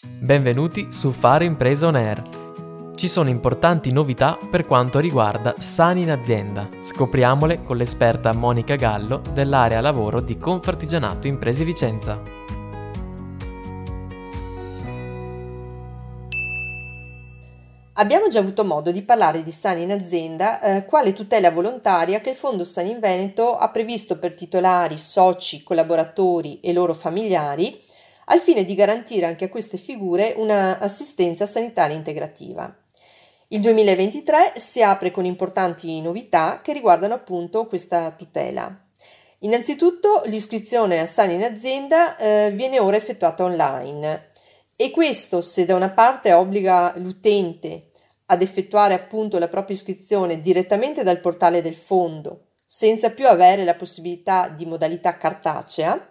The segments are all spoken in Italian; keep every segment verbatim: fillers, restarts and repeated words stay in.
Benvenuti su Fare Impresa On Air. Ci sono importanti novità per quanto riguarda Sani in Azienda. Scopriamole con l'esperta Monica Gallo dell'area lavoro di Confartigianato Imprese Vicenza. Abbiamo già avuto modo di parlare di Sani in Azienda, eh, quale tutela volontaria che il Fondo Sani in Veneto ha previsto per titolari, soci, collaboratori e loro familiari, al fine di garantire anche a queste figure una assistenza sanitaria integrativa. Il duemilaventitré si apre con importanti novità che riguardano appunto questa tutela. Innanzitutto l'iscrizione a Sani in Azienda eh, viene ora effettuata online e questo, se da una parte obbliga l'utente ad effettuare appunto la propria iscrizione direttamente dal portale del fondo, senza più avere la possibilità di modalità cartacea,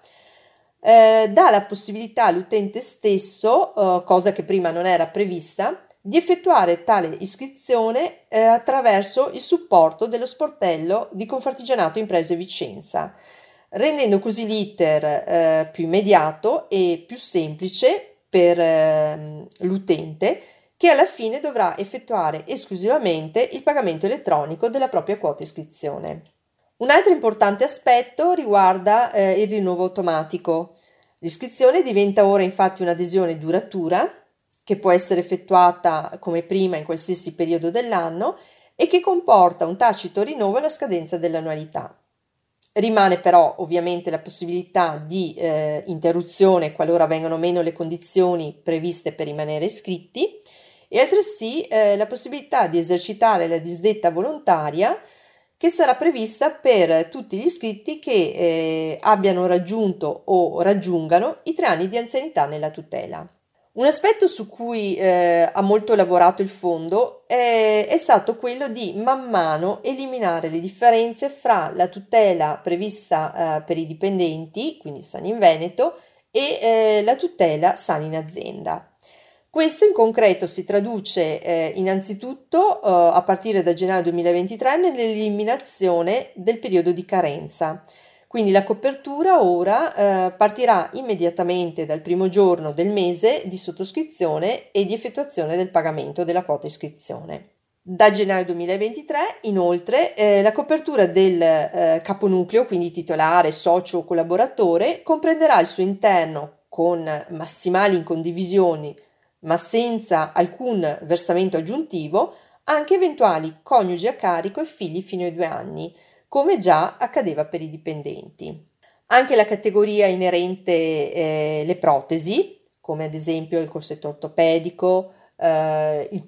eh, dà la possibilità all'utente stesso, eh, cosa che prima non era prevista, di effettuare tale iscrizione eh, attraverso il supporto dello sportello di Confartigianato Imprese Vicenza, rendendo così l'iter eh, più immediato e più semplice per eh, l'utente, che alla fine dovrà effettuare esclusivamente il pagamento elettronico della propria quota iscrizione. Un altro importante aspetto riguarda eh, il rinnovo automatico. L'iscrizione diventa ora infatti un'adesione duratura che può essere effettuata come prima in qualsiasi periodo dell'anno e che comporta un tacito rinnovo alla scadenza dell'annualità. Rimane però ovviamente la possibilità di eh, interruzione qualora vengano meno le condizioni previste per rimanere iscritti e altresì eh, la possibilità di esercitare la disdetta volontaria che sarà prevista per tutti gli iscritti che eh, abbiano raggiunto o raggiungano i tre anni di anzianità nella tutela. Un aspetto su cui eh, ha molto lavorato il fondo è, è stato quello di man mano eliminare le differenze fra la tutela prevista eh, per i dipendenti, quindi Sani in Veneto, e eh, la tutela Sani in Azienda. Questo in concreto si traduce eh, innanzitutto eh, a partire da gennaio duemilaventitré nell'eliminazione del periodo di carenza. Quindi la copertura ora eh, partirà immediatamente dal primo giorno del mese di sottoscrizione e di effettuazione del pagamento della quota iscrizione. Da gennaio duemilaventitré, inoltre, eh, la copertura del eh, caponucleo, quindi titolare, socio o collaboratore, comprenderà al suo interno, con massimali in condivisioni, ma senza alcun versamento aggiuntivo, anche eventuali coniugi a carico e figli fino ai due anni, come già accadeva per i dipendenti. Anche la categoria inerente eh, le protesi, come ad esempio il corsetto ortopedico, eh, il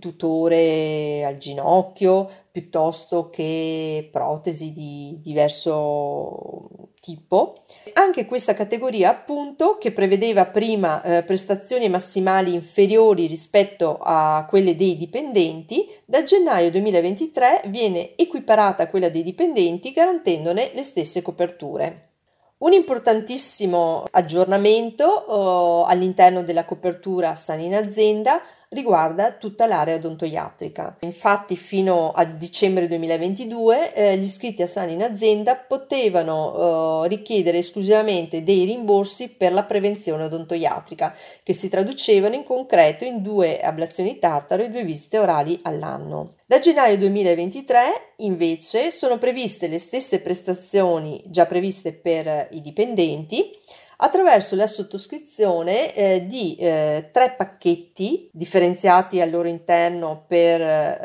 tutore al ginocchio, piuttosto che protesi di diverso tipo. Anche questa categoria, appunto, che prevedeva prima eh, prestazioni massimali inferiori rispetto a quelle dei dipendenti, da gennaio duemilaventitré viene equiparata a quella dei dipendenti, garantendone le stesse coperture. Un importantissimo aggiornamento eh, all'interno della copertura Sani in Azienda riguarda tutta l'area odontoiatrica. Infatti fino a dicembre duemilaventidue eh, gli iscritti a Sani in Azienda potevano eh, richiedere esclusivamente dei rimborsi per la prevenzione odontoiatrica, che si traducevano in concreto in due ablazioni tartaro e due visite orali all'anno. Da gennaio duemilaventitré invece sono previste le stesse prestazioni già previste per i dipendenti attraverso la sottoscrizione eh, di eh, tre pacchetti differenziati al loro interno per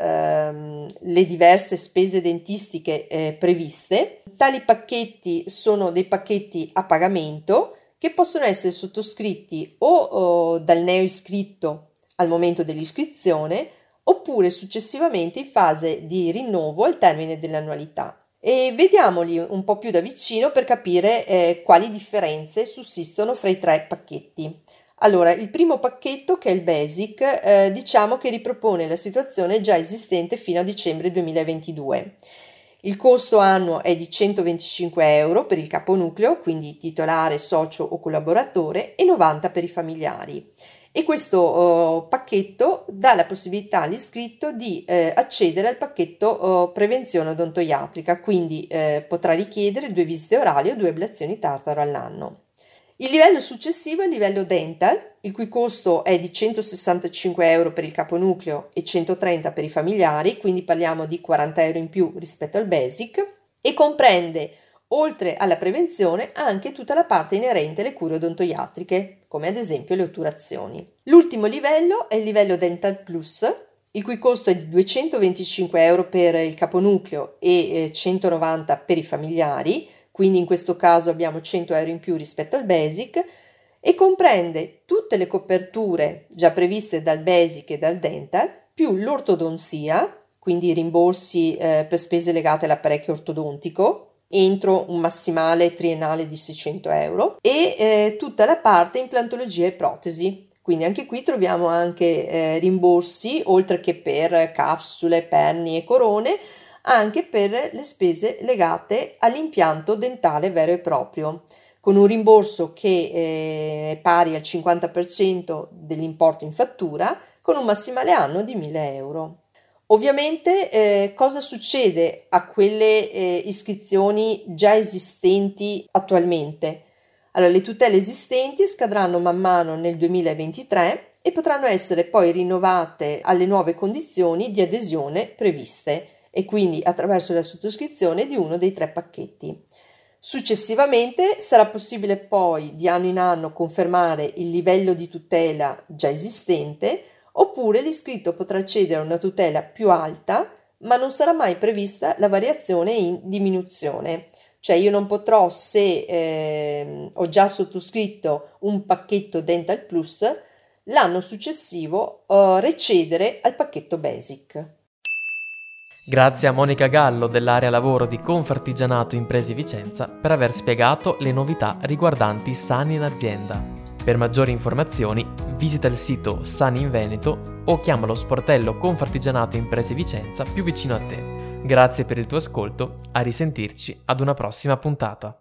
ehm, le diverse spese dentistiche eh, previste. Tali pacchetti sono dei pacchetti a pagamento che possono essere sottoscritti o, o dal neo iscritto al momento dell'iscrizione oppure successivamente in fase di rinnovo al termine dell'annualità. E vediamoli un po' più da vicino per capire eh, quali differenze sussistono fra i tre pacchetti. Allora, il primo pacchetto, che è il Basic, eh, diciamo che ripropone la situazione già esistente fino a dicembre duemilaventidue. Il costo annuo è di centoventicinque euro per il caponucleo, quindi titolare, socio o collaboratore, e novanta per i familiari. E questo uh, pacchetto dà la possibilità all'iscritto di eh, accedere al pacchetto uh, prevenzione odontoiatrica, quindi eh, potrà richiedere due visite orali o due ablazioni tartaro all'anno. Il livello successivo è il livello dental, il cui costo è di centosessantacinque euro per il caponucleo e centotrenta per i familiari, quindi parliamo di quaranta euro in più rispetto al basic, e comprende, oltre alla prevenzione, anche tutta la parte inerente alle cure odontoiatriche, come ad esempio le otturazioni. L'ultimo livello è il livello Dental Plus, il cui costo è di duecentoventicinque euro per il caponucleo e eh, centonovanta per i familiari, quindi in questo caso abbiamo cento euro in più rispetto al basic, e comprende tutte le coperture già previste dal basic e dal dental, più l'ortodonzia, quindi i rimborsi eh, per spese legate all'apparecchio ortodontico, entro un massimale triennale di seicento euro, e eh, tutta la parte implantologia e protesi. Quindi anche qui troviamo anche eh, rimborsi, oltre che per capsule, perni e corone, anche per le spese legate all'impianto dentale vero e proprio, con un rimborso che eh, è pari al cinquanta per cento dell'importo in fattura, con un massimale anno di mille euro. Ovviamente eh, cosa succede a quelle eh, iscrizioni già esistenti attualmente? Allora, le tutele esistenti scadranno man mano nel duemilaventitré e potranno essere poi rinnovate alle nuove condizioni di adesione previste, e quindi attraverso la sottoscrizione di uno dei tre pacchetti. Successivamente sarà possibile poi di anno in anno confermare il livello di tutela già esistente, oppure l'iscritto potrà accedere a una tutela più alta, ma non sarà mai prevista la variazione in diminuzione. Cioè io non potrò, se eh, ho già sottoscritto un pacchetto Dental Plus, l'anno successivo eh, recedere al pacchetto Basic. Grazie a Monica Gallo dell'area lavoro di Confartigianato Imprese Vicenza per aver spiegato le novità riguardanti Sani in azienda. Per maggiori informazioni visita il sito Sani in Veneto o chiama lo sportello Confartigianato Imprese Vicenza più vicino a te. Grazie per il tuo ascolto, a risentirci ad una prossima puntata.